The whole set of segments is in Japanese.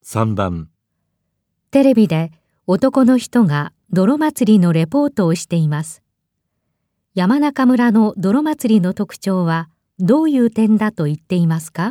3番。 テレビで男の人が泥祭りのレポートをしています。山中村の泥祭りの特徴はどういう点だと言っていますか？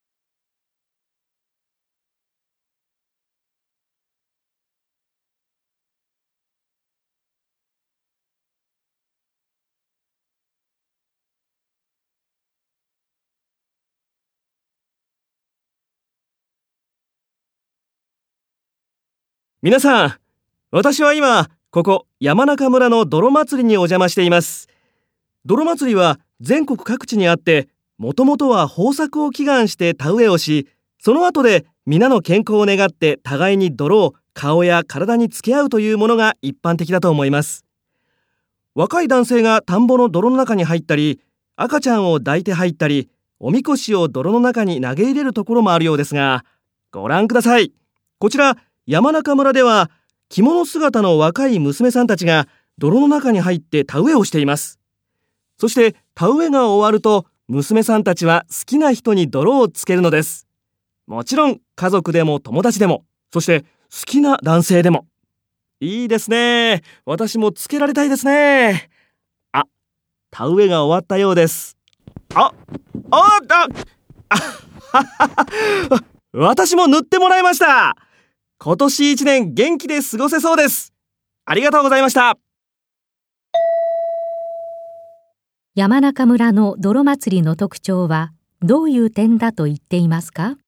皆さん、私は今ここ山中村の泥祭りにお邪魔しています。泥祭りは全国各地にあって、もともとは豊作を祈願して田植えをし、その後で皆の健康を願って互いに泥を顔や体につけ合うというものが一般的だと思います。若い男性が田んぼの泥の中に入ったり、赤ちゃんを抱いて入ったり、おみこしを泥の中に投げ入れるところもあるようですが、ご覧ください。こちら山中村では着物姿の若い娘さんたちが泥の中に入って田植えをしています。そして田植えが終わると、娘さんたちは好きな人に泥をつけるのです。もちろん家族でも友達でも、そして好きな男性でも。いいですね。私もつけられたいですね。あ、田植えが終わったようです。私も塗ってもらいました。今年1年元気で過ごせそうです。ありがとうございました。 山中村の泥祭りの特徴はどういう点だと言っていますか？